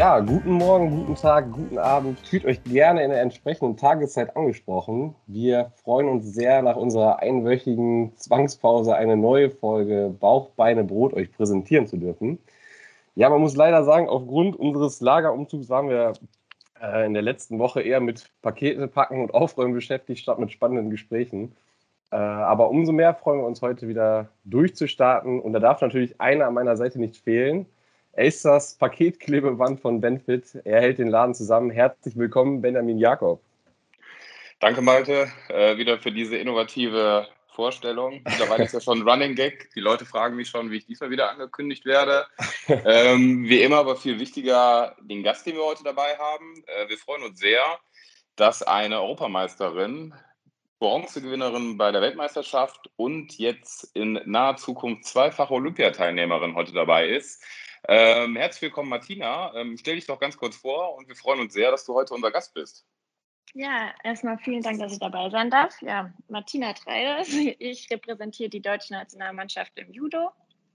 Ja, guten Morgen, guten Tag, guten Abend. Fühlt euch gerne in der entsprechenden Tageszeit angesprochen. Wir freuen uns sehr, nach unserer einwöchigen Zwangspause eine neue Folge Bauch, Beine, Brot euch präsentieren zu dürfen. Ja, man muss leider sagen, aufgrund unseres Lagerumzugs waren wir in der letzten Woche eher mit Pakete packen und Aufräumen beschäftigt, statt mit spannenden Gesprächen. Aber umso mehr freuen wir uns heute wieder durchzustarten. Und da darf natürlich einer an meiner Seite nicht fehlen. Er ist das Paketklebeband von Benfit. Er hält den Laden zusammen. Herzlich willkommen, Benjamin Jakob. Danke, Malte, wieder für diese innovative Vorstellung. Mittlerweile ist ja schon ein Running Gag. Die Leute fragen mich schon, wie ich diesmal wieder angekündigt werde. Wie immer, aber viel wichtiger, den Gast, den wir heute dabei haben. Wir freuen uns sehr, dass eine Europameisterin, Bronzegewinnerin bei der Weltmeisterschaft und jetzt in naher Zukunft zweifache Olympiateilnehmerin heute dabei ist. Herzlich willkommen, Martina. Stell dich doch ganz kurz vor und wir freuen uns sehr, dass du heute unser Gast bist. Ja, erstmal vielen Dank, dass ich dabei sein darf. Ja, Martina Treides. Ich repräsentiere die deutsche Nationalmannschaft im Judo.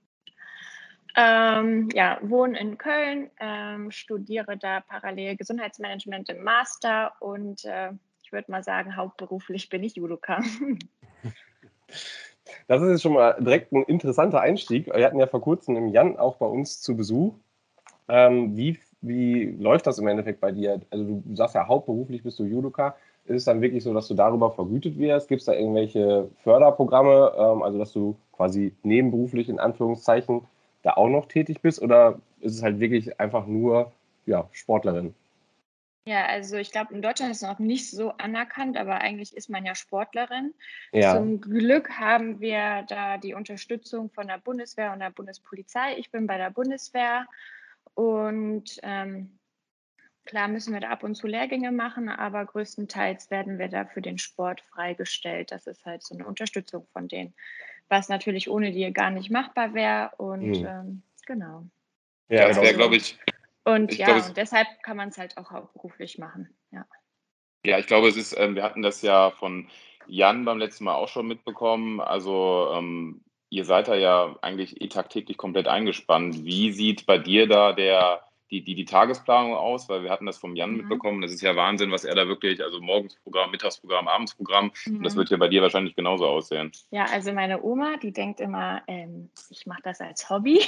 Wohne in Köln, studiere da parallel Gesundheitsmanagement im Master und ich würde mal sagen, hauptberuflich bin ich Judoka. Das ist jetzt schon mal direkt ein interessanter Einstieg. Wir hatten ja vor kurzem im Jan auch bei uns zu Besuch. Wie läuft das im Endeffekt bei dir? Also du sagst ja, hauptberuflich bist du Judoka. Ist es dann wirklich so, dass du darüber vergütet wirst? Gibt es da irgendwelche Förderprogramme, also dass du quasi nebenberuflich in Anführungszeichen da auch noch tätig bist? Oder ist es halt wirklich einfach nur Sportlerin? Ja, also ich glaube, in Deutschland ist es noch nicht so anerkannt, aber eigentlich ist man ja Sportlerin. Ja. Zum Glück haben wir da die Unterstützung von der Bundeswehr und der Bundespolizei. Ich bin bei der Bundeswehr und klar müssen wir da ab und zu Lehrgänge machen, aber größtenteils werden wir da für den Sport freigestellt. Das ist halt so eine Unterstützung von denen, was natürlich ohne die gar nicht machbar wäre. Und genau. Ja, das wäre, glaube ich. Und und deshalb kann man es halt auch hauptberuflich machen. Ja. Ja, ich glaube, es ist, wir hatten das ja von Jan beim letzten Mal auch schon mitbekommen. Also ihr seid da ja eigentlich tagtäglich komplett eingespannt. Wie sieht bei dir da die Tagesplanung aus? Weil wir hatten das vom Jan mitbekommen. Das ist ja Wahnsinn, was er da wirklich, also Morgensprogramm, Mittagsprogramm, Abendsprogramm. Und das wird ja bei dir wahrscheinlich genauso aussehen. Ja, also meine Oma, die denkt immer, ich mache das als Hobby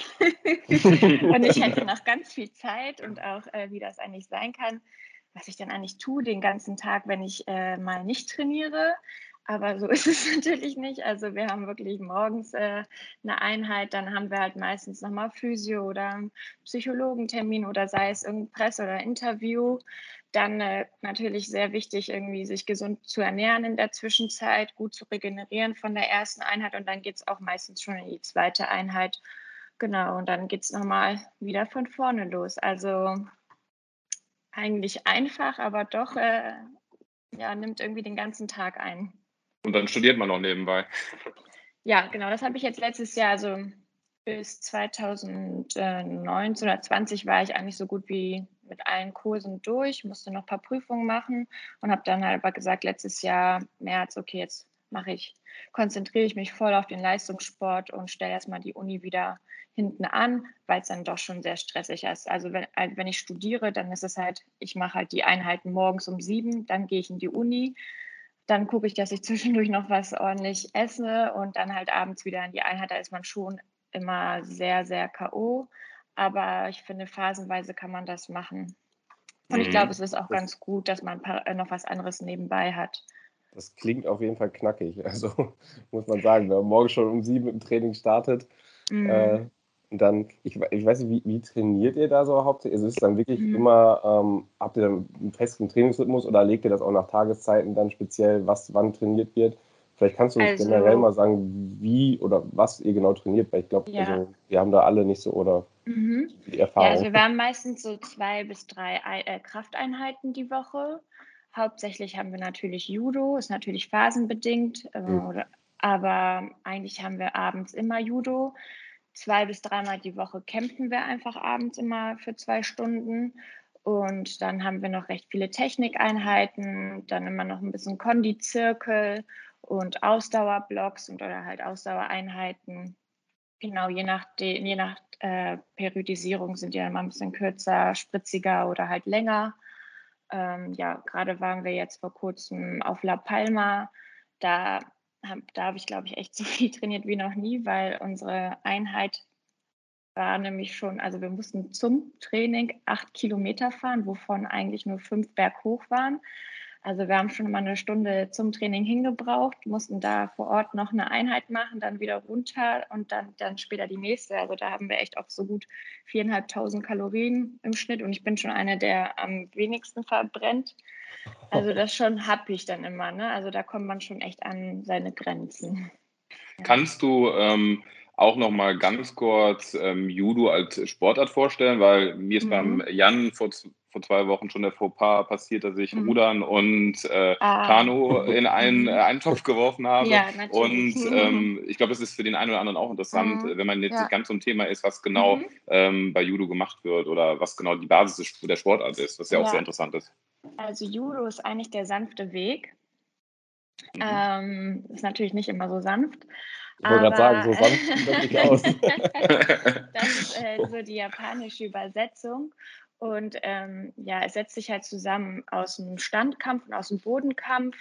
und ich hätte noch ganz viel Zeit und auch, wie das eigentlich sein kann, was ich dann eigentlich tue den ganzen Tag, wenn ich mal nicht trainiere. Aber so ist es natürlich nicht. Also wir haben wirklich morgens eine Einheit, dann haben wir halt meistens nochmal Physio oder einen Psychologentermin oder sei es irgendein Presse- oder Interview. Dann natürlich sehr wichtig, irgendwie sich gesund zu ernähren in der Zwischenzeit, gut zu regenerieren von der ersten Einheit und dann geht es auch meistens schon in die zweite Einheit. Genau, und dann geht es nochmal wieder von vorne los. Also eigentlich einfach, aber doch nimmt irgendwie den ganzen Tag ein. Und dann studiert man noch nebenbei. Ja, genau, das habe ich jetzt letztes Jahr, also bis 2019 oder 20 war ich eigentlich so gut wie mit allen Kursen durch, musste noch ein paar Prüfungen machen und habe dann halt aber gesagt, letztes Jahr März, okay, jetzt konzentriere ich mich voll auf den Leistungssport und stelle erstmal die Uni wieder hinten an, weil es dann doch schon sehr stressig ist. Also wenn ich studiere, dann ist es halt, ich mache halt die Einheiten morgens um 7, dann gehe ich in die Uni, dann gucke ich, dass ich zwischendurch noch was ordentlich esse und dann halt abends wieder in die Einheit. Da ist man schon immer sehr, sehr K.O. Aber ich finde, phasenweise kann man das machen. Und ich glaube, es ist auch ganz gut, dass man noch was anderes nebenbei hat. Das klingt auf jeden Fall knackig. Also muss man sagen, wenn man morgen schon um 7 im Training startet, und dann, ich weiß nicht, wie trainiert ihr da so hauptsächlich? Also ist es dann wirklich immer, habt ihr dann einen festen Trainingsrhythmus oder legt ihr das auch nach Tageszeiten dann speziell, wann trainiert wird? Vielleicht kannst du uns generell mal sagen, wie oder was ihr genau trainiert, weil ich glaube, also wir haben da alle nicht so oder die Erfahrung. Ja, also wir haben meistens so 2 bis 3 Krafteinheiten die Woche. Hauptsächlich haben wir natürlich Judo, ist natürlich phasenbedingt, aber eigentlich haben wir abends immer Judo. 2 bis 3-mal die Woche campen wir einfach abends immer für 2 Stunden. Und dann haben wir noch recht viele Technikeinheiten, dann immer noch ein bisschen Kondi-Zirkel und Ausdauerblocks oder halt Ausdauereinheiten. Genau, je nach Periodisierungen sind ja immer ein bisschen kürzer, spritziger oder halt länger. Ja, gerade waren wir jetzt vor kurzem auf La Palma. Da habe ich, glaube ich, echt so viel trainiert wie noch nie, weil unsere Einheit war nämlich schon, also wir mussten zum Training 8 Kilometer fahren, wovon eigentlich nur 5 berghoch waren. Also wir haben schon mal eine Stunde zum Training hingebraucht, mussten da vor Ort noch eine Einheit machen, dann wieder runter und dann später die nächste. Also da haben wir echt auch so gut 4.500 Kalorien im Schnitt und ich bin schon eine, der am wenigsten verbrennt. Also das schon happig dann immer, ne? Also da kommt man schon echt an seine Grenzen. Ja. Kannst du auch noch mal ganz kurz Judo als Sportart vorstellen? Weil mir ist beim Jan vor 2 Wochen schon der Fauxpas passiert, dass ich Rudern und Kanu in einen Topf geworfen habe. Ja, natürlich. Und ich glaube, das ist für den einen oder anderen auch interessant, wenn man jetzt nicht ganz so ein Thema ist, was genau bei Judo gemacht wird oder was genau die Basis der Sportart ist, was ja auch sehr interessant ist. Also Judo ist eigentlich der sanfte Weg. Ist natürlich nicht immer so sanft. Ich wollte gerade sagen, so sanft sieht das nicht aus. Das ist so die japanische Übersetzung. Und ja, es setzt sich halt zusammen aus dem Standkampf und aus dem Bodenkampf.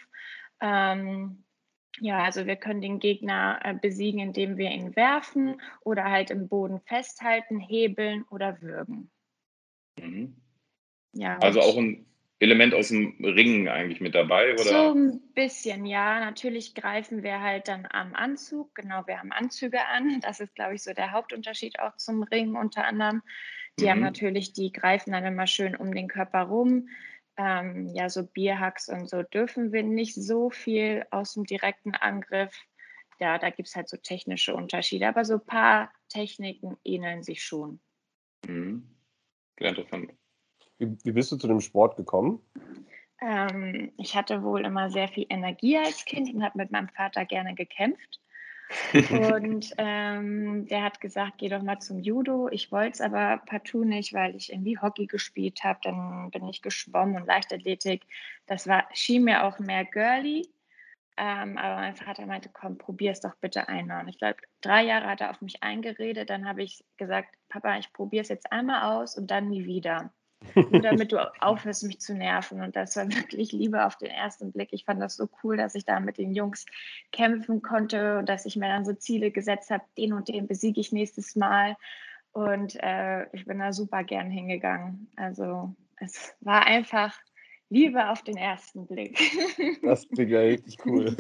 Ja, also wir können den Gegner besiegen, indem wir ihn werfen oder halt im Boden festhalten, hebeln oder würgen. Ja, Also auch ein Element aus dem Ringen eigentlich mit dabei, oder? so ein bisschen, ja. Natürlich greifen wir halt dann am Anzug. Genau, wir haben Anzüge an. Das ist, glaube ich, so der Hauptunterschied auch zum Ringen unter anderem. Die haben natürlich, die greifen dann immer schön um den Körper rum. Ja, so Bierhacks und so dürfen wir nicht so viel aus dem direkten Angriff. Ja, da gibt es halt so technische Unterschiede, aber so ein paar Techniken ähneln sich schon. Sehr interessant. Wie bist du zu dem Sport gekommen? Ich hatte wohl immer sehr viel Energie als Kind und habe mit meinem Vater gerne gekämpft. Und der hat gesagt, geh doch mal zum Judo. Ich wollte es aber partout nicht, weil ich irgendwie Hockey gespielt habe. Dann bin ich geschwommen und Leichtathletik. Schien mir auch mehr girly. Aber mein Vater meinte, komm, probier es doch bitte einmal. Und ich glaube, 3 Jahre hat er auf mich eingeredet. Dann habe ich gesagt, Papa, ich probiere es jetzt einmal aus und dann nie wieder. Nur damit du aufhörst, mich zu nerven. Und das war wirklich Liebe auf den ersten Blick. Ich fand das so cool, dass ich da mit den Jungs kämpfen konnte und dass ich mir dann so Ziele gesetzt habe, den und den besiege ich nächstes Mal. Und ich bin da super gern hingegangen. Also es war einfach Liebe auf den ersten Blick. Das klingt ja richtig cool.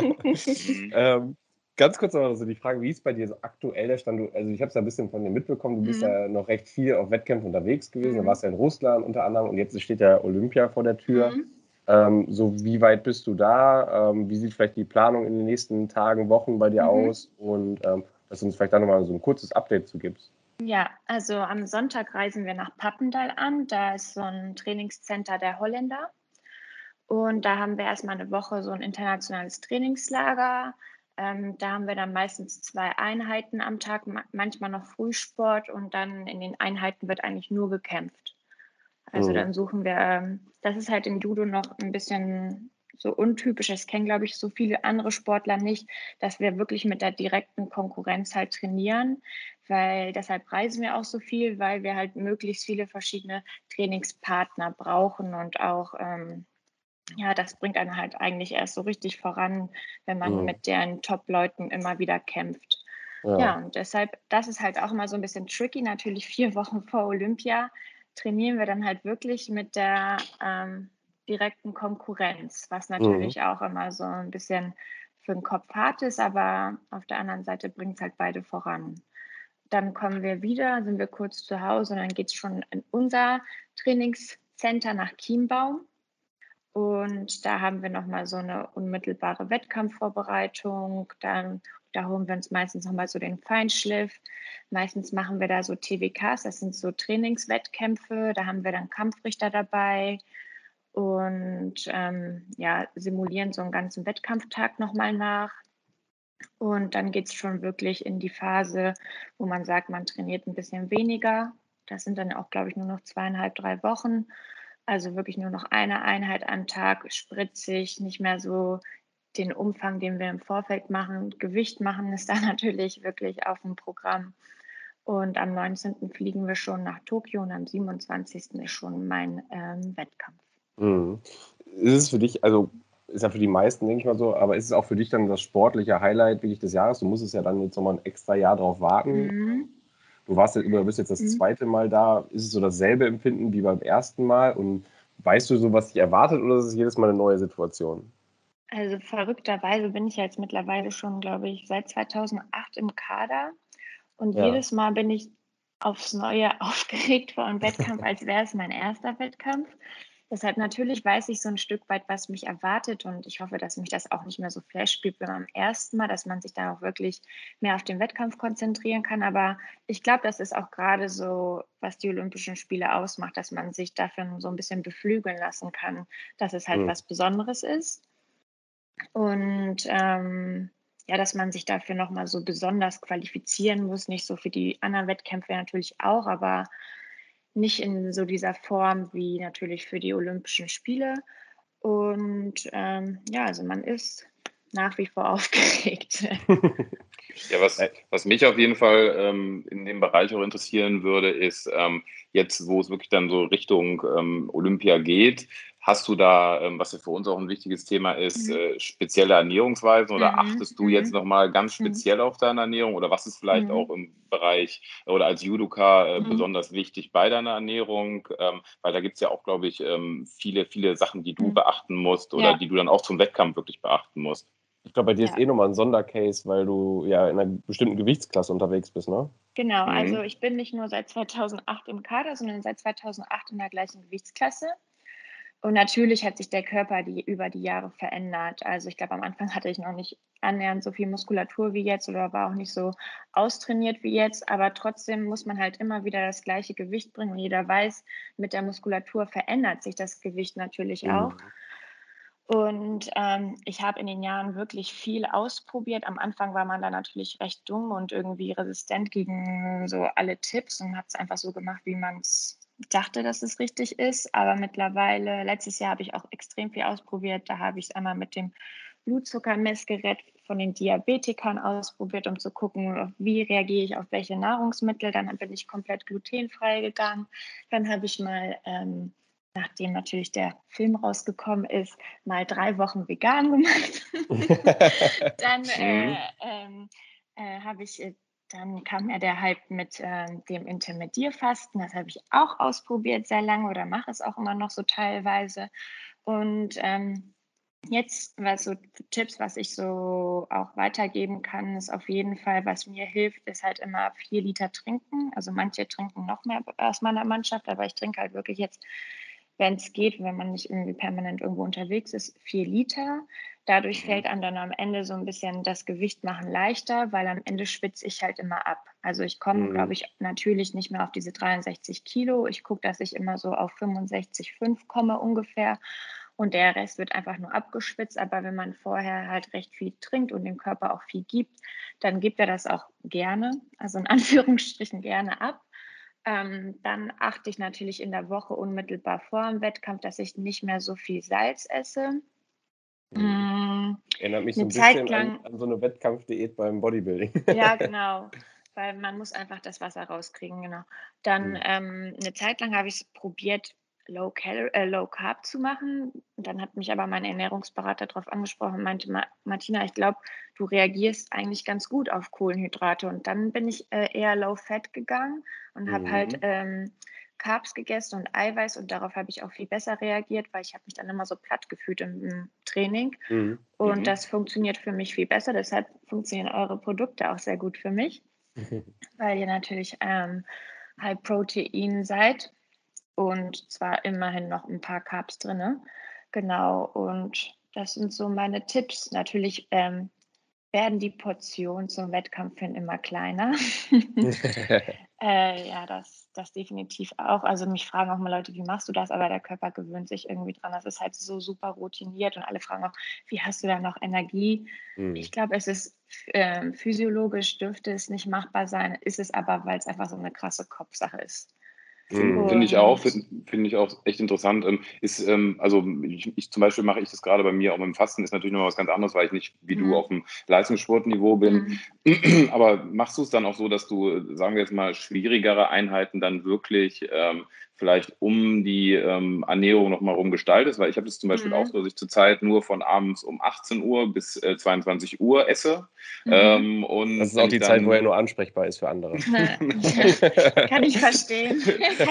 Ganz kurz noch so die Frage, wie ist bei dir so aktuell der Stand? Also ich habe es ja ein bisschen von dir mitbekommen, du bist ja noch recht viel auf Wettkämpfen unterwegs gewesen, du warst ja in Russland unter anderem und jetzt steht ja Olympia vor der Tür. So wie weit bist du da? Wie sieht vielleicht die Planung in den nächsten Tagen, Wochen bei dir aus? Und dass du uns vielleicht da nochmal so ein kurzes Update zu gibst. Ja, also am Sonntag reisen wir nach Papendal an. Da ist so ein Trainingscenter der Holländer. Und da haben wir erstmal eine Woche so ein internationales Trainingslager. Da haben wir dann meistens 2 Einheiten am Tag, manchmal noch Frühsport und dann in den Einheiten wird eigentlich nur gekämpft. Also dann suchen wir, das ist halt im Judo noch ein bisschen so untypisch, das kennen, glaube ich, so viele andere Sportler nicht, dass wir wirklich mit der direkten Konkurrenz halt trainieren, weil deshalb reisen wir auch so viel, weil wir halt möglichst viele verschiedene Trainingspartner brauchen und auch ja, das bringt einen halt eigentlich erst so richtig voran, wenn man mit den Top-Leuten immer wieder kämpft. Ja, und deshalb, das ist halt auch immer so ein bisschen tricky. Natürlich 4 Wochen vor Olympia trainieren wir dann halt wirklich mit der direkten Konkurrenz, was natürlich auch immer so ein bisschen für den Kopf hart ist, aber auf der anderen Seite bringt es halt beide voran. Dann kommen wir wieder, sind wir kurz zu Hause und dann geht es schon in unser Trainingscenter nach Chiembaum. Und da haben wir nochmal so eine unmittelbare Wettkampfvorbereitung. Da holen wir uns meistens nochmal so den Feinschliff. Meistens machen wir da so TWKs, das sind so Trainingswettkämpfe. Da haben wir dann Kampfrichter dabei und ja, simulieren so einen ganzen Wettkampftag nochmal nach. Und dann geht es schon wirklich in die Phase, wo man sagt, man trainiert ein bisschen weniger. Das sind dann auch, glaube ich, nur noch 2,5, 3 Wochen. Also wirklich nur noch eine Einheit am Tag, spritzig, nicht mehr so den Umfang, den wir im Vorfeld machen. Gewicht machen ist da natürlich wirklich auf dem Programm. Und am 19. fliegen wir schon nach Tokio und am 27. ist schon mein Wettkampf. Mhm. Ist es für dich, also ist ja für die meisten, denke ich mal so, aber ist es auch für dich dann das sportliche Highlight wirklich des Jahres? Du musst es ja dann jetzt nochmal ein extra Jahr drauf warten. Mhm. Du bist jetzt das Mhm. zweite Mal da. Ist es so dasselbe Empfinden wie beim ersten Mal? Und weißt du so, was dich erwartet, oder ist es jedes Mal eine neue Situation? Also verrückterweise bin ich ja jetzt mittlerweile schon, glaube ich, seit 2008 im Kader. Und Ja. jedes Mal bin ich aufs Neue aufgeregt vor einem Wettkampf, als wäre es mein erster Wettkampf. Deshalb natürlich weiß ich so ein Stück weit, was mich erwartet, und ich hoffe, dass mich das auch nicht mehr so flash spielt wie beim ersten Mal, dass man sich da auch wirklich mehr auf den Wettkampf konzentrieren kann. Aber ich glaube, das ist auch gerade so, was die Olympischen Spiele ausmacht, dass man sich dafür so ein bisschen beflügeln lassen kann, dass es halt Mhm. was Besonderes ist. Und ja, dass man sich dafür nochmal so besonders qualifizieren muss, nicht so für die anderen Wettkämpfe natürlich auch, aber nicht in so dieser Form wie natürlich für die Olympischen Spiele. Und ja, also man ist nach wie vor aufgeregt. Ja, was mich auf jeden Fall in dem Bereich auch interessieren würde, ist jetzt, wo es wirklich dann so Richtung Olympia geht, hast du da, was ja für uns auch ein wichtiges Thema ist, Mhm. spezielle Ernährungsweisen, oder Mhm. achtest du jetzt Mhm. nochmal ganz Mhm. speziell auf deine Ernährung, oder was ist vielleicht auch Mhm. im Bereich oder als Judoka Mhm. besonders wichtig bei deiner Ernährung? Weil da gibt es ja auch, glaube ich, viele, viele Sachen, die du Mhm. beachten musst oder Ja, die du dann auch zum Wettkampf wirklich beachten musst. Ich glaube, bei dir ist ja. nochmal ein Sondercase, weil du ja in einer bestimmten Gewichtsklasse unterwegs bist, ne? Genau, also Mhm. ich bin nicht nur seit 2008 im Kader, sondern seit 2008 in der gleichen Gewichtsklasse. Und natürlich hat sich der Körper über die Jahre verändert. Also ich glaube, am Anfang hatte ich noch nicht annähernd so viel Muskulatur wie jetzt oder war auch nicht so austrainiert wie jetzt. Aber trotzdem muss man halt immer wieder das gleiche Gewicht bringen. Und jeder weiß, mit der Muskulatur verändert sich das Gewicht natürlich auch. Mhm. Und ich habe in den Jahren wirklich viel ausprobiert. Am Anfang war man da natürlich recht dumm und irgendwie resistent gegen so alle Tipps und hat es einfach so gemacht, wie man es dachte, dass es richtig ist. Aber mittlerweile, letztes Jahr habe ich auch extrem viel ausprobiert. Da habe ich es einmal mit dem Blutzuckermessgerät von den Diabetikern ausprobiert, um zu gucken, wie reagiere ich auf welche Nahrungsmittel. Dann bin ich komplett glutenfrei gegangen. Dann habe ich mal, nachdem natürlich der Film rausgekommen ist, mal 3 Wochen vegan gemacht. Dann Mhm. habe ich dann kam ja der Hype mit dem Intermittierfasten. Das habe ich auch ausprobiert sehr lange oder mache es auch immer noch so teilweise. Und jetzt, was so Tipps, was ich so auch weitergeben kann, ist auf jeden Fall, was mir hilft, ist halt immer 4 Liter trinken. Also manche trinken noch mehr aus meiner Mannschaft, aber ich trinke halt wirklich jetzt, wenn es geht, wenn man nicht irgendwie permanent irgendwo unterwegs ist, 4 Liter. Dadurch Mhm. fällt einem dann am Ende so ein bisschen das Gewicht machen leichter, weil am Ende schwitze ich halt immer ab. Also ich komme, glaube Mhm. ich, natürlich nicht mehr auf diese 63 Kilo. Ich gucke, dass ich immer so auf 65,5 komme ungefähr. Und der Rest wird einfach nur abgeschwitzt. Aber wenn man vorher halt recht viel trinkt und dem Körper auch viel gibt, dann gibt er das auch gerne, also in Anführungsstrichen gerne ab. Dann achte ich natürlich in der Woche unmittelbar vor dem Wettkampf, dass ich nicht mehr so viel Salz esse. Mhm. Mm, Erinnert mich so Eine ein Zeit bisschen an, lang, an so eine Wettkampfdiät beim Bodybuilding. ja, genau, weil man muss einfach das Wasser rauskriegen, genau. Dann Mhm. 'ne Zeit lang habe ich's probiert, Low Carb zu machen. Und dann hat mich aber mein Ernährungsberater drauf angesprochen und meinte: Martina, ich glaube, du reagierst eigentlich ganz gut auf Kohlenhydrate.“ Und dann bin ich eher Low Fat gegangen und habe halt Mhm. Carbs gegessen und Eiweiß, und darauf habe ich auch viel besser reagiert, weil ich habe mich dann immer so platt gefühlt im Training. Mhm. Und Mhm. das funktioniert für mich viel besser. Deshalb funktionieren eure Produkte auch sehr gut für mich, weil ihr natürlich High Protein seid und zwar immerhin noch ein paar Carbs drinne. Genau, und das sind so meine Tipps. Natürlich werden die Portionen zum Wettkampf hin immer kleiner. Ja, das definitiv auch. Also mich fragen auch mal Leute: „Wie machst du das?“ Aber der Körper gewöhnt sich irgendwie dran. Das ist halt so super routiniert und alle fragen auch: „Wie hast du da noch Energie?“ Mhm. Ich glaube, es ist physiologisch dürfte es nicht machbar sein, ist es aber, weil es einfach so eine krasse Kopfsache ist. Finde ich auch, finde ich auch echt interessant. Also ich zum Beispiel mache ich das gerade bei mir auch mit dem Fasten, ist natürlich noch was ganz anderes, weil ich nicht wie du auf dem Leistungssportniveau bin. Aber machst du es dann auch so, dass du, sagen wir jetzt mal, schwierigere Einheiten dann wirklich vielleicht um die Ernährung nochmal rum gestaltest? Weil ich habe das zum Beispiel auch so, dass ich zurzeit nur von abends um 18 Uhr bis 22 Uhr esse. Und das ist auch die Zeit, wo er nur ansprechbar ist für andere. Kann ich verstehen.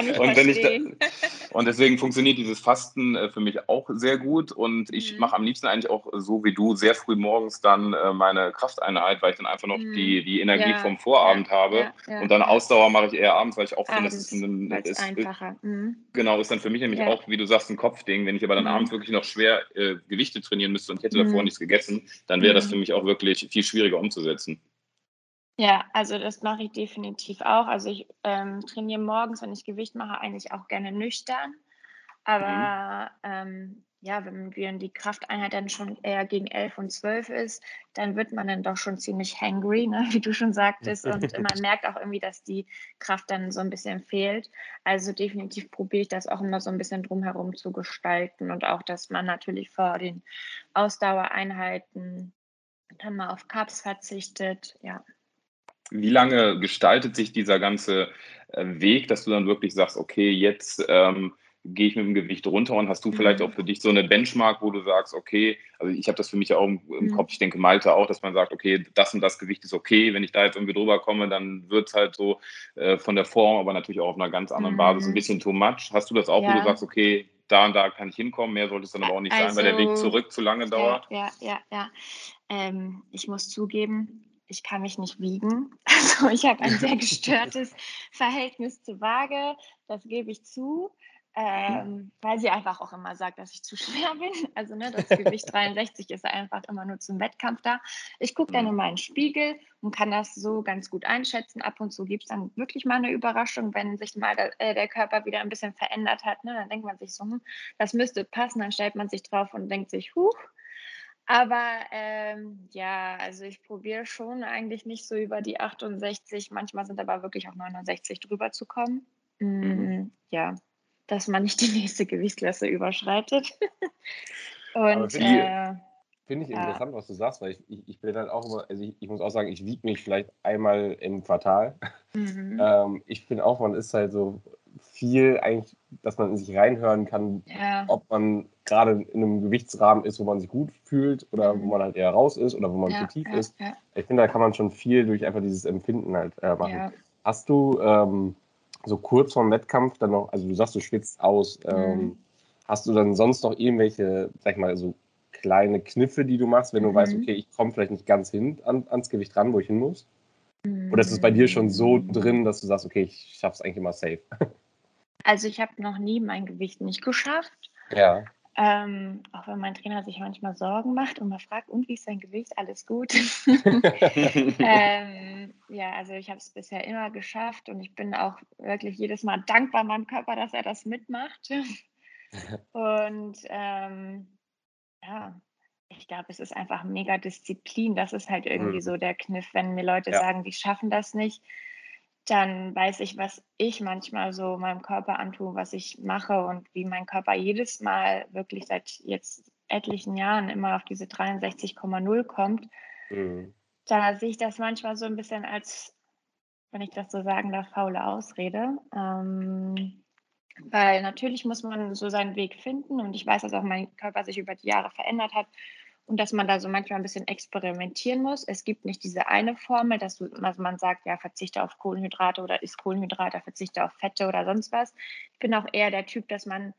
Und deswegen funktioniert dieses Fasten für mich auch sehr gut. Und ich mache am liebsten eigentlich auch so wie du sehr früh morgens dann meine Krafteinheit, weil ich dann einfach noch die Energie vom Vorabend habe. Und dann Ausdauer mache ich eher abends, weil ich auch finde, es ist einfacher. Genau, ist dann für mich nämlich auch, wie du sagst, ein Kopfding. Wenn ich aber dann abends wirklich noch schwer Gewichte trainieren müsste und ich hätte davor nichts gegessen, dann wäre das für mich auch wirklich viel schwieriger umzusetzen. Ja, also das mache ich definitiv auch. Also ich trainiere morgens, wenn ich Gewicht mache, eigentlich auch gerne nüchtern. Aber wenn die Krafteinheit dann schon eher gegen 11 und 12 ist, dann wird man dann doch schon ziemlich hangry, ne, wie du schon sagtest. Und man merkt auch irgendwie, dass die Kraft dann so ein bisschen fehlt. Also definitiv probiere ich das auch immer so ein bisschen drumherum zu gestalten. Und auch, dass man natürlich vor den Ausdauereinheiten dann mal auf Carbs verzichtet, ja. Wie lange gestaltet sich dieser ganze Weg, dass du dann wirklich sagst, okay, jetzt gehe ich mit dem Gewicht runter, und hast du vielleicht auch für dich so eine Benchmark, wo du sagst, okay, also ich habe das für mich ja auch im Kopf, ich denke Malte auch, dass man sagt, okay, das und das Gewicht ist okay, wenn ich da jetzt irgendwie drüber komme, dann wird es halt so von der Form, aber natürlich auch auf einer ganz anderen Basis ein bisschen too much. Hast du das auch, wo du sagst, okay, da und da kann ich hinkommen, mehr sollte es dann aber auch nicht sein, weil der Weg zurück zu lange dauert? Ja. Ich muss zugeben, ich kann mich nicht wiegen. Also ich habe ein sehr gestörtes Verhältnis zur Waage, das gebe ich zu, weil sie einfach auch immer sagt, dass ich zu schwer bin. Also das Gewicht 63 ist einfach immer nur zum Wettkampf da. Ich gucke dann in meinen Spiegel und kann das so ganz gut einschätzen. Ab und zu gibt es dann wirklich mal eine Überraschung, wenn sich mal der Körper wieder ein bisschen verändert hat. Ne? Dann denkt man sich so, das müsste passen. Dann stellt man sich drauf und denkt sich, huch. Aber also ich probiere schon eigentlich nicht so über die 68, manchmal sind aber wirklich auch 69 drüber zu kommen. Ja, dass man nicht die nächste Gewichtsklasse überschreitet. Und finde ich interessant, was du sagst, weil ich bin dann auch immer, also ich muss auch sagen, ich wiege mich vielleicht einmal im Quartal. Ich finde auch, man ist halt so viel eigentlich, dass man in sich reinhören kann, ob man gerade in einem Gewichtsrahmen ist, wo man sich gut fühlt oder wo man halt eher raus ist oder wo man zu tief ist. Ich finde, da kann man schon viel durch einfach dieses Empfinden halt machen. Ja. Hast du so kurz vorm Wettkampf dann noch, also du sagst, du schwitzt aus, hast du dann sonst noch irgendwelche, sag ich mal, so kleine Kniffe, die du machst, wenn du weißt, okay, ich komme vielleicht nicht ganz hin ans Gewicht ran, wo ich hin muss? Oder ist es bei dir schon so drin, dass du sagst, okay, ich schaffe es eigentlich immer safe? Also ich habe noch nie mein Gewicht nicht geschafft. Ja. Auch wenn mein Trainer sich manchmal Sorgen macht und mal fragt, und wie ist dein Gewicht? Alles gut? Also ich habe es bisher immer geschafft und ich bin auch wirklich jedes Mal dankbar meinem Körper, dass er das mitmacht. Und ich glaube, es ist einfach mega Disziplin. Das ist halt irgendwie so der Kniff, wenn mir Leute sagen, die schaffen das nicht, dann weiß ich, was ich manchmal so meinem Körper antue, was ich mache und wie mein Körper jedes Mal wirklich seit jetzt etlichen Jahren immer auf diese 63,0 kommt. Da sehe ich das manchmal so ein bisschen als, wenn ich das so sagen darf, faule Ausrede. Weil natürlich muss man so seinen Weg finden und ich weiß, dass auch mein Körper sich über die Jahre verändert hat und dass man da so manchmal ein bisschen experimentieren muss. Es gibt nicht diese eine Formel, dass man sagt, ja, verzichte auf Kohlenhydrate oder isst Kohlenhydrate, verzichte auf Fette oder sonst was. Ich bin auch eher der Typ, dass man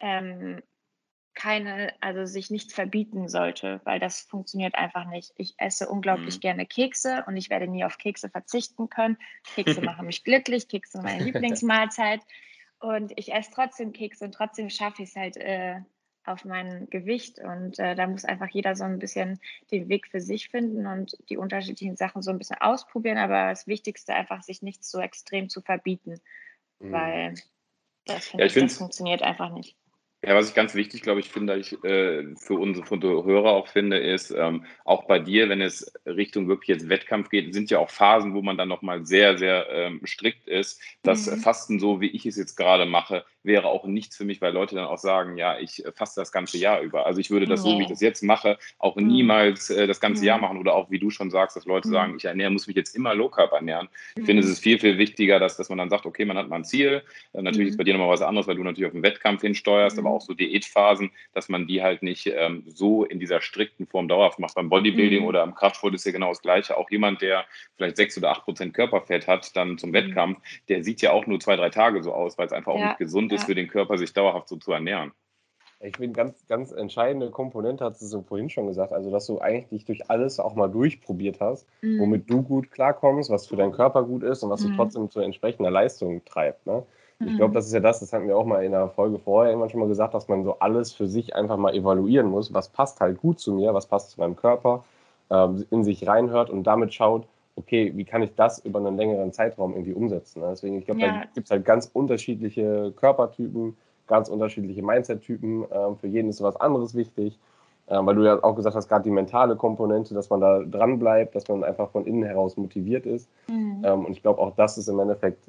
sich nichts verbieten sollte, weil das funktioniert einfach nicht. Ich esse unglaublich gerne Kekse und ich werde nie auf Kekse verzichten können. Kekse machen mich glücklich, Kekse sind meine Lieblingsmahlzeit. Und ich esse trotzdem Kekse und trotzdem schaffe ich es halt auf mein Gewicht. Und da muss einfach jeder so ein bisschen den Weg für sich finden und die unterschiedlichen Sachen so ein bisschen ausprobieren. Aber das Wichtigste einfach, sich nichts so extrem zu verbieten. Weil das, das funktioniert einfach nicht. Ja, was ich ganz wichtig, glaube ich, finde, für unsere Hörer auch finde, ist, auch bei dir, wenn es Richtung wirklich jetzt Wettkampf geht, sind ja auch Phasen, wo man dann nochmal sehr, sehr strikt ist. Das Mhm. Fasten, so wie ich es jetzt gerade mache, wäre auch nichts für mich, weil Leute dann auch sagen, ja, ich faste das ganze Jahr über. Also ich würde das so, wie ich Nee. das jetzt mache, auch Mhm. niemals das ganze Jahr Mhm. machen oder auch, wie du schon sagst, dass Leute Mhm. sagen, muss mich jetzt immer Low Carb ernähren. Ich finde, es Mhm. ist viel, viel wichtiger, dass man dann sagt, okay, man hat mal ein Ziel. Natürlich ist Mhm. bei dir nochmal was anderes, weil du natürlich auf den Wettkampf hinsteuerst, aber auch Mhm. so Diätphasen, dass man die halt nicht so in dieser strikten Form dauerhaft macht. Beim Bodybuilding Mhm. oder am Kraftsport ist ja genau das Gleiche. Auch jemand, der vielleicht 6 oder 8% Körperfett hat, dann zum Mhm. Wettkampf, der sieht ja auch nur 2, 3 Tage so aus, weil es einfach auch nicht Ja, gesund ist ja. für den Körper, sich dauerhaft so zu ernähren. Ich finde, ganz, ganz entscheidende Komponente, hast du so vorhin schon gesagt, also dass du eigentlich dich durch alles auch mal durchprobiert hast, Mhm. womit du gut klarkommst, was für deinen Körper gut ist und was du Mhm. trotzdem zu entsprechender Leistung treibt. Ne? Ich glaube, Mhm. das ist ja das hatten wir auch mal in der Folge vorher irgendwann schon mal gesagt, dass man so alles für sich einfach mal evaluieren muss, was passt halt gut zu mir, was passt zu meinem Körper, in sich reinhört und damit schaut, okay, wie kann ich das über einen längeren Zeitraum irgendwie umsetzen. Ne? Deswegen, ich glaube, da Ja. gibt es halt ganz unterschiedliche Körpertypen, ganz unterschiedliche Mindset-Typen. Für jeden ist was anderes wichtig, weil du ja auch gesagt hast, gerade die mentale Komponente, dass man da dran bleibt, dass man einfach von innen heraus motiviert ist. Mhm. Und ich glaube, auch das ist im Endeffekt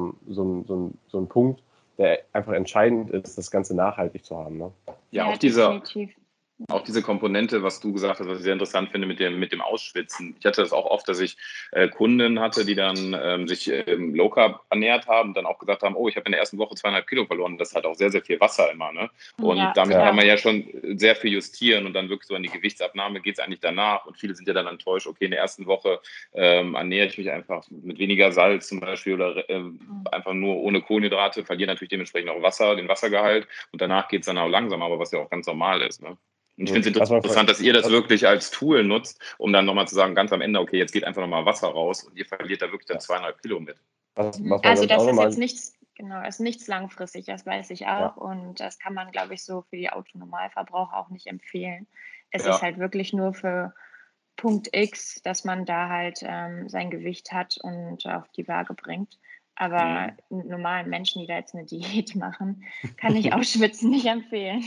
so ein Punkt, der einfach entscheidend ist, das Ganze nachhaltig zu haben. Ne? Ja, Ja, definitiv. auch diese Komponente, was du gesagt hast, was ich sehr interessant finde mit dem Ausschwitzen. Ich hatte das auch oft, dass ich Kunden hatte, die dann sich Low Carb ernährt haben und dann auch gesagt haben, oh, ich habe in der ersten Woche 2,5 Kilo verloren. Das hat auch sehr, sehr viel Wasser immer. Ne? Und Ja, damit Ja. kann man klar. ja schon sehr viel justieren und dann wirklich so an die Gewichtsabnahme geht es eigentlich danach. Und viele sind ja dann enttäuscht, okay, in der ersten Woche ernähre ich mich einfach mit weniger Salz zum Beispiel oder einfach nur ohne Kohlenhydrate, verliere natürlich dementsprechend auch Wasser, den Wassergehalt und danach geht es dann auch langsam, aber was ja auch ganz normal ist. Ne? Und ich finde es Was man, interessant, dass ihr das was, wirklich als Tool nutzt, um dann nochmal zu sagen, ganz am Ende, okay, jetzt geht einfach nochmal Wasser raus und ihr verliert da wirklich dann ja, 2,5 Kilo mit. was man, Also glaube ich, auch das ist jetzt nochmal, nichts, genau, ist nichts langfristig, das weiß ich auch. ja, Und das kann man, glaube ich, so für die Autonormalverbraucher auch nicht empfehlen. Es ist Ja. halt wirklich nur für Punkt X, dass man da halt sein Gewicht hat und auf die Waage bringt. Aber normalen Menschen, die da jetzt eine Diät machen, kann ich Ausschwitzen nicht empfehlen.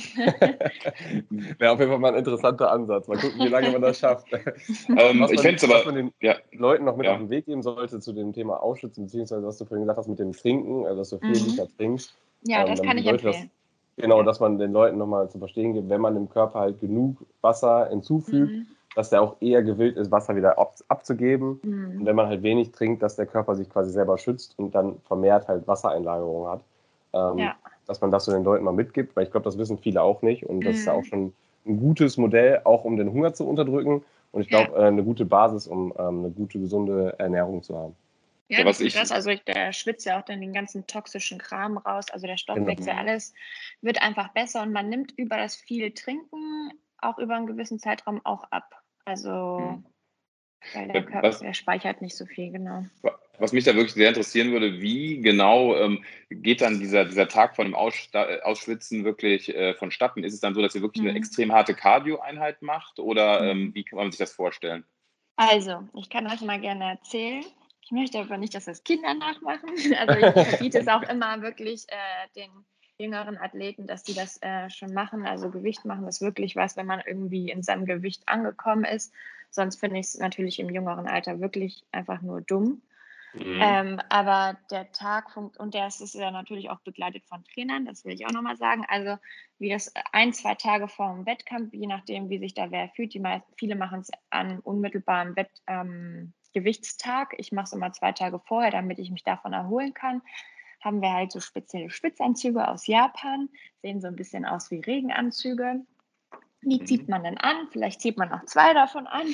wäre auf jeden Fall mal ein interessanter Ansatz. Mal gucken, wie lange man das schafft. Ich fände es Was aber, man den ja, Leuten noch mit auf ja. den Weg geben sollte zu dem Thema Ausschützen, beziehungsweise was du vorhin gesagt hast mit dem Trinken, also dass du 4 Liter Mhm. trinkst, Ja, das damit kann die ich Leute das, empfehlen. genau, Ja. dass man den Leuten nochmal zu verstehen gibt, wenn man dem Körper halt genug Wasser hinzufügt, Mhm. dass der auch eher gewillt ist, Wasser wieder abzugeben. Und Mhm. wenn man halt wenig trinkt, dass der Körper sich quasi selber schützt und dann vermehrt halt Wassereinlagerung hat. Ja. Dass man das so den Leuten mal mitgibt, weil ich glaube, das wissen viele auch nicht. Und das ist ja auch Mhm. schon ein gutes Modell, auch um den Hunger zu unterdrücken. Und ich Ja. glaube, eine gute Basis, um eine gute, gesunde Ernährung zu haben. Ja, Ja, nicht was nur ich, das, also der schwitzt ja auch dann den ganzen toxischen Kram raus, also der Genau. Stoffwechsel, alles wird einfach besser und man nimmt über das viele Trinken auch über einen gewissen Zeitraum auch ab. Also, weil der Körper, was, der speichert nicht so viel, genau. was mich da wirklich sehr interessieren würde, wie genau geht dann dieser Tag von dem Ausschwitzen wirklich vonstatten? Ist es dann so, dass ihr wirklich eine Mhm. extrem harte Cardio-Einheit macht oder Mhm. wie kann man sich das vorstellen? Also, ich kann das mal gerne erzählen. Ich möchte aber nicht, dass das Kinder nachmachen. Also, ich verbiete es auch immer wirklich den jüngeren Athleten, dass die das schon machen. Also, Gewicht machen ist wirklich was, wenn man irgendwie in seinem Gewicht angekommen ist. Sonst finde ich es natürlich im jüngeren Alter wirklich einfach nur dumm. Mhm. Aber der Tag funkt und der ist ja natürlich auch begleitet von Trainern, das will ich auch noch mal sagen. Also, wie das 1, 2 Tage vor dem Wettkampf, je nachdem, wie sich da wer fühlt. Viele machen es an unmittelbarem Gewichtstag. Ich mache es immer 2 Tage vorher, damit ich mich davon erholen kann. Haben wir halt so spezielle Schwitzanzüge aus Japan, sehen so ein bisschen aus wie Regenanzüge. Die zieht Mhm. man dann an, vielleicht zieht man auch 2 davon an.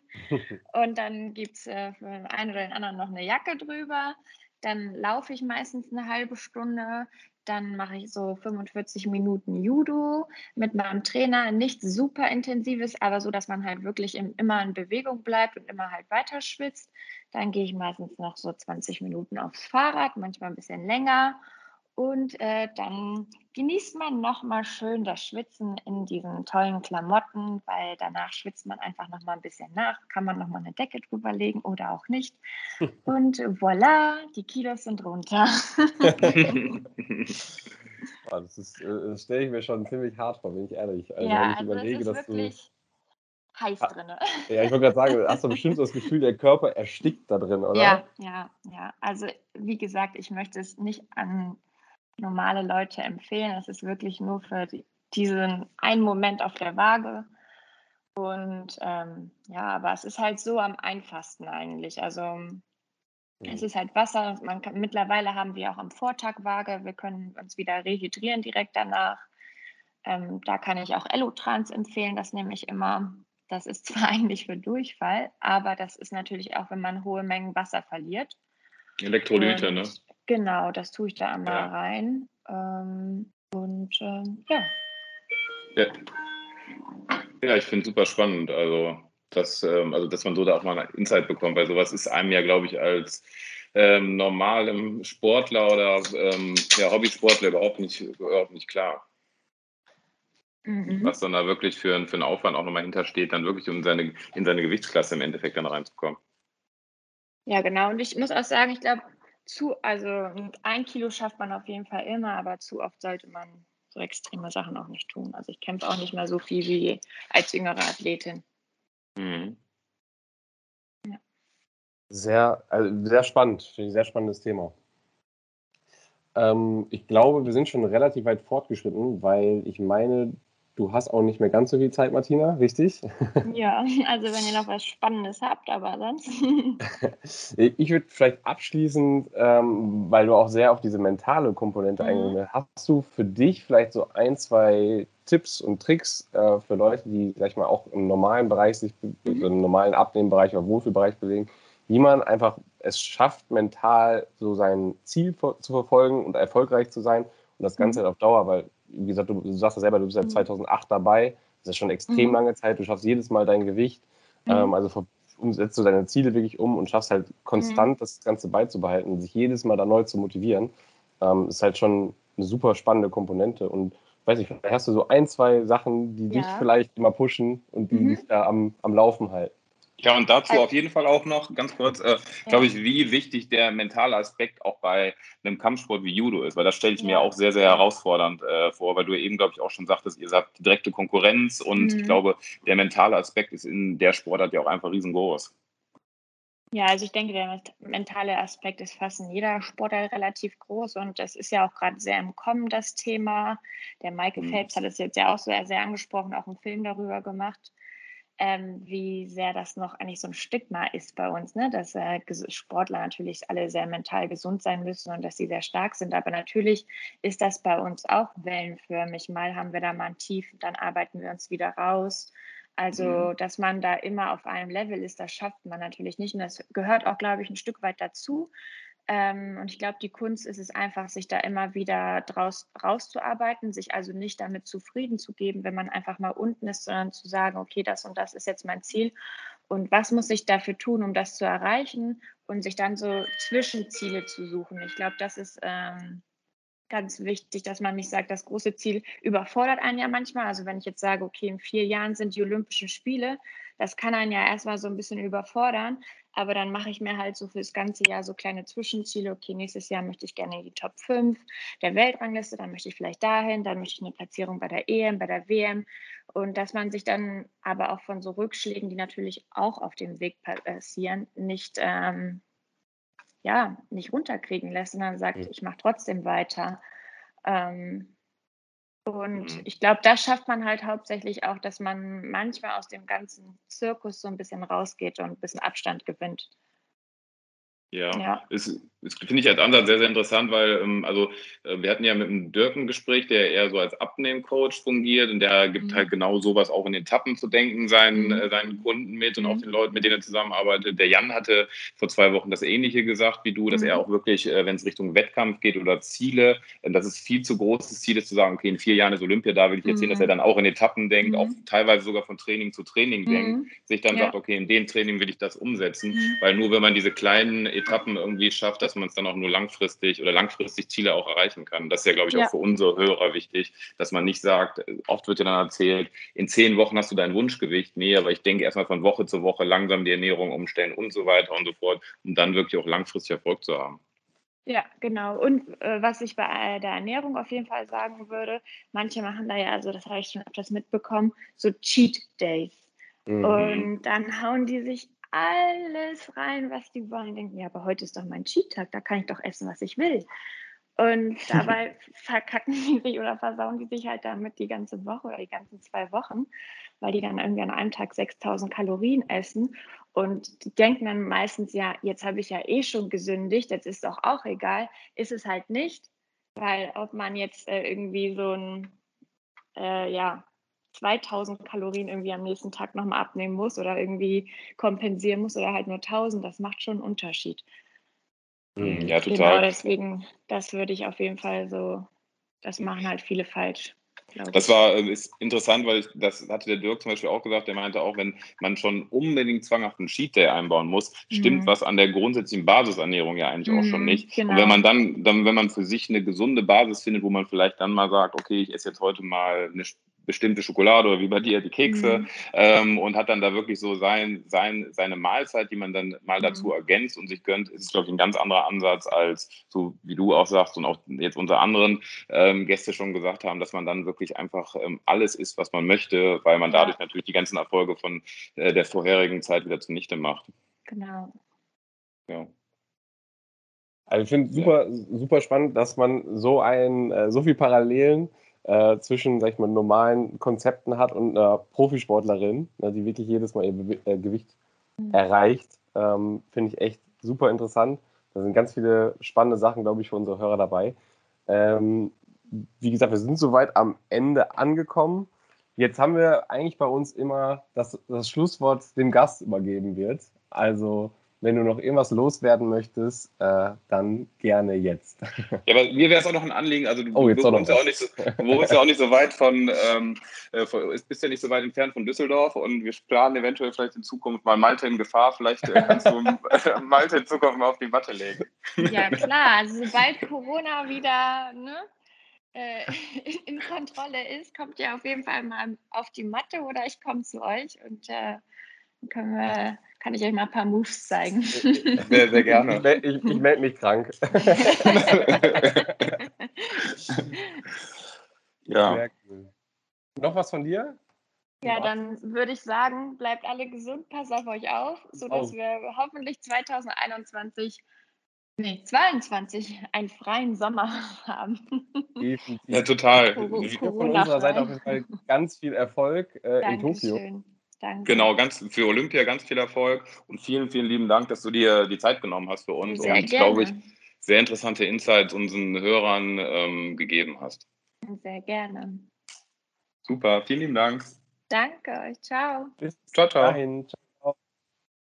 Und dann gibt es für den einen oder den anderen noch eine Jacke drüber. Dann laufe ich meistens eine halbe Stunde. Dann mache ich so 45 Minuten Judo mit meinem Trainer. Nichts super Intensives, aber so, dass man halt wirklich immer in Bewegung bleibt und immer halt weiter schwitzt. Dann gehe ich meistens noch so 20 Minuten aufs Fahrrad, manchmal ein bisschen länger. Und dann genießt man nochmal schön das Schwitzen in diesen tollen Klamotten, weil danach schwitzt man einfach nochmal ein bisschen nach, kann man nochmal eine Decke drüber legen oder auch nicht. Und voilà, die Kilos sind runter. Das stelle ich mir schon ziemlich hart vor, bin ich ehrlich. Also wenn Ja, ich also es überlege, ist dass du. wirklich heiß drinne. Ja, ich wollte gerade sagen, hast du bestimmt so das Gefühl, der Körper erstickt da drin, oder? Ja, ja, ja. Also, wie gesagt, ich möchte es nicht an normale Leute empfehlen. Es ist wirklich nur für diesen einen Moment auf der Waage. Und ja, aber es ist halt so am einfachsten eigentlich. Also es Mhm. ist halt Wasser. Mittlerweile haben wir auch am Vortag Waage. Wir können uns wieder rehydrieren direkt danach. Da kann ich auch Elotrans empfehlen, das nehme ich immer. Das ist zwar eigentlich für Durchfall, aber das ist natürlich auch, wenn man hohe Mengen Wasser verliert. Elektrolyte, ne? Und genau, das tue ich da einmal Ja. rein. Ja. Ja, ja, ich finde es super spannend. Also, dass man so da auch mal einen Insight bekommt, weil sowas ist einem ja, glaube ich, als normalem Sportler oder ja, Hobbysportler überhaupt nicht klar. Was Mhm. dann da wirklich für einen Aufwand auch nochmal hintersteht, dann wirklich in seine Gewichtsklasse im Endeffekt dann reinzukommen. Ja, genau. Und ich muss auch sagen, ich glaube, also 1 Kilo schafft man auf jeden Fall immer, aber zu oft sollte man so extreme Sachen auch nicht tun. Also ich kämpfe auch nicht mehr so viel wie als jüngere Athletin. Mhm. Ja. Sehr spannend, finde ich, sehr spannendes Thema. Ich glaube, wir sind schon relativ weit fortgeschritten, weil ich meine, du hast auch nicht mehr ganz so viel Zeit, Martina, richtig? Ja, also wenn ihr noch was Spannendes habt, aber sonst. Ich würde vielleicht abschließend, weil du auch sehr auf diese mentale Komponente Mhm. eingegangen bist, hast du für dich vielleicht so ein, zwei Tipps und Tricks für Leute, die, sag ich mal, auch im normalen Bereich so Mhm. im normalen Abnehmbereich oder Wohlfühlbereich bewegen, wie man einfach es schafft, mental so sein Ziel zu verfolgen und erfolgreich zu sein und das Ganze Mhm. halt auf Dauer, weil, wie gesagt, du sagst ja selber, du bist seit Mhm. 2008 dabei, das ist schon extrem Mhm. lange Zeit, du schaffst jedes Mal dein Gewicht, Mhm. also setzt du deine Ziele wirklich um und schaffst halt Mhm. konstant das Ganze beizubehalten und sich jedes Mal da neu zu motivieren, ist halt schon eine super spannende Komponente. Und weiß nicht, vielleicht hast du so ein, zwei Sachen, die dich Ja. vielleicht immer pushen und die Mhm. dich da am Laufen halten. Ja, und dazu Al auf jeden Fall auch noch ganz kurz, glaube ja. ich, wie wichtig der mentale Aspekt auch bei einem Kampfsport wie Judo ist, weil das stelle ich mir Ja. auch sehr, sehr herausfordernd vor, weil du eben, glaube ich, auch schon sagtest, ihr sagt direkte Konkurrenz und ich Mhm. glaube, der mentale Aspekt ist in der Sportart ja auch einfach riesengroß. Ja, also ich denke, der mentale Aspekt ist fast in jeder Sportart relativ groß und das ist ja auch gerade sehr im Kommen, das Thema. Der Michael Mhm. Phelps hat es jetzt ja auch sehr, sehr angesprochen, auch einen Film darüber gemacht, wie sehr das noch eigentlich so ein Stigma ist bei uns, ne? Dass Sportler natürlich alle sehr mental gesund sein müssen und dass sie sehr stark sind. Aber natürlich ist das bei uns auch wellenförmig. Mal haben wir da mal ein Tief, dann arbeiten wir uns wieder raus. Mhm. Also, dass man da immer auf einem Level ist, das schafft man natürlich nicht. Und das gehört auch, glaube ich, ein Stück weit dazu. Und ich glaube, die Kunst ist es einfach, sich da immer wieder rauszuarbeiten, sich also nicht damit zufrieden zu geben, wenn man einfach mal unten ist, sondern zu sagen, okay, das und das ist jetzt mein Ziel. Und was muss ich dafür tun, um das zu erreichen? Und sich dann so Zwischenziele zu suchen. Ich glaube, das ist ganz wichtig, dass man nicht sagt, das große Ziel überfordert einen ja manchmal. Also wenn ich jetzt sage, okay, in 4 Jahren sind die Olympischen Spiele, das kann einen ja erstmal so ein bisschen überfordern, aber dann mache ich mir halt so fürs ganze Jahr so kleine Zwischenziele. Okay, nächstes Jahr möchte ich gerne in die Top 5 der Weltrangliste, dann möchte ich vielleicht dahin, dann möchte ich eine Platzierung bei der EM, bei der WM und dass man sich dann aber auch von so Rückschlägen, die natürlich auch auf dem Weg passieren, nicht runterkriegen lässt, sondern sagt, ich mache trotzdem weiter. Ähm, und Mhm. ich glaube, das schafft man halt hauptsächlich auch, dass man manchmal aus dem ganzen Zirkus so ein bisschen rausgeht und ein bisschen Abstand gewinnt. Ja, Ja. es finde ich als Ansatz sehr, sehr interessant, weil, wir hatten ja mit dem Dirk ein Gespräch, der eher so als Abnehmcoach fungiert und der gibt Mhm. halt genau sowas auch in Etappen zu denken Mhm. seinen Kunden mit und auch Mhm. den Leuten, mit denen er zusammenarbeitet. Der Jan hatte vor 2 Wochen das Ähnliche gesagt wie du, dass er Mhm. auch wirklich, wenn es Richtung Wettkampf geht oder Ziele, dass es viel zu großes Ziel ist, zu sagen, okay, in 4 Jahren ist Olympia, da will ich jetzt hin, dass er Mhm. dann auch in Etappen denkt, auch Mhm. teilweise sogar von Training zu Training denkt, Mhm. sich dann sagt, Ja. okay, in dem Training will ich das umsetzen, Mhm. weil nur wenn man diese kleinen Etappen irgendwie schafft, dass man es dann auch nur langfristig Ziele auch erreichen kann. Das ist ja, glaube ich, auch Ja. für unsere Hörer wichtig, dass man nicht sagt, oft wird ja dann erzählt, in 10 Wochen hast du dein Wunschgewicht. Nee, aber ich denke erstmal von Woche zu Woche langsam die Ernährung umstellen und so weiter und so fort, um dann wirklich auch langfristig Erfolg zu haben. Ja, genau. Und was ich bei der Ernährung auf jeden Fall sagen würde, manche machen da ja, also das habe ich schon öfters mitbekommen, so Cheat Days. Und dann hauen die sich alles rein, was die wollen. Denken, ja, aber heute ist doch mein Cheat-Tag, da kann ich doch essen, was ich will. Und dabei verkacken die sich oder versauen die sich halt damit die ganze Woche oder die ganzen 2 Wochen, weil die dann irgendwie an einem Tag 6.000 Kalorien essen und die denken dann meistens, ja, jetzt habe ich ja eh schon gesündigt, jetzt ist doch auch egal. Ist es halt nicht, weil ob man jetzt irgendwie so ein, ja, 2.000 Kalorien irgendwie am nächsten Tag nochmal abnehmen muss oder irgendwie kompensieren muss oder halt nur 1.000, das macht schon einen Unterschied. Ja, Genau, total. deswegen, das würde ich auf jeden Fall so, das machen halt viele falsch, glaube Das ich. ist interessant, weil das hatte der Dirk zum Beispiel auch gesagt. Der meinte auch, wenn man schon unbedingt zwanghaft einen Cheat Day einbauen muss, stimmt was an der grundsätzlichen Basisernährung ja eigentlich auch schon nicht. Und wenn Genau. man wenn man für sich eine gesunde Basis findet, wo man vielleicht dann mal sagt, okay, ich esse jetzt heute mal eine bestimmte Schokolade oder wie bei dir die Kekse, und hat dann da wirklich so seine Mahlzeit, die man dann mal dazu ergänzt und sich gönnt, ist es, glaube ich, ein ganz anderer Ansatz als so, wie du auch sagst und auch jetzt unter anderen Gäste schon gesagt haben, dass man dann wirklich einfach alles isst, was man möchte, weil man dadurch natürlich die ganzen Erfolge von der vorherigen Zeit wieder zunichte macht. Genau. Ja. Also ich finde super, super spannend, dass man so viel Parallelen zwischen, sag ich mal, normalen Konzepten hat und einer Profisportlerin, die wirklich jedes Mal ihr Gewicht erreicht. Finde ich echt super interessant. Da sind ganz viele spannende Sachen, glaube ich, für unsere Hörer dabei. Wie gesagt, wir sind soweit am Ende angekommen. Jetzt haben wir eigentlich bei uns immer, dass das Schlusswort dem Gast übergeben wird. Also, wenn du noch irgendwas loswerden möchtest, dann gerne jetzt. Ja, aber mir wäre es auch noch ein Anliegen, also du jetzt wohnst ja noch auch nicht so, du wohnst ja auch nicht so weit bist ja nicht so weit entfernt von Düsseldorf und wir planen eventuell vielleicht in Zukunft mal Malte in Gefahr, vielleicht kannst du Malte in Zukunft mal auf die Matte legen. Ja, klar, also sobald Corona wieder in Kontrolle ist, kommt ihr auf jeden Fall mal auf die Matte oder ich komme zu euch und dann kann ich euch mal ein paar Moves zeigen. Sehr, sehr gerne. Ich melde mich krank. Ja. Sehr cool. Noch was von dir? Ja, dann würde ich sagen, bleibt alle gesund, passt auf euch auf, sodass wir hoffentlich 22 einen freien Sommer haben. Definitiv. Ja, total. Von unserer Seite auf jeden Fall ganz viel Erfolg in Tokio. Dankeschön. Danke. Genau, für Olympia ganz viel Erfolg und vielen, vielen lieben Dank, dass du dir die Zeit genommen hast für uns Sehr und, gerne. glaube ich, sehr interessante Insights unseren Hörern gegeben hast. Sehr gerne. Super, vielen lieben Dank. Danke euch. Ciao. Bis Ciao, ciao. dahin.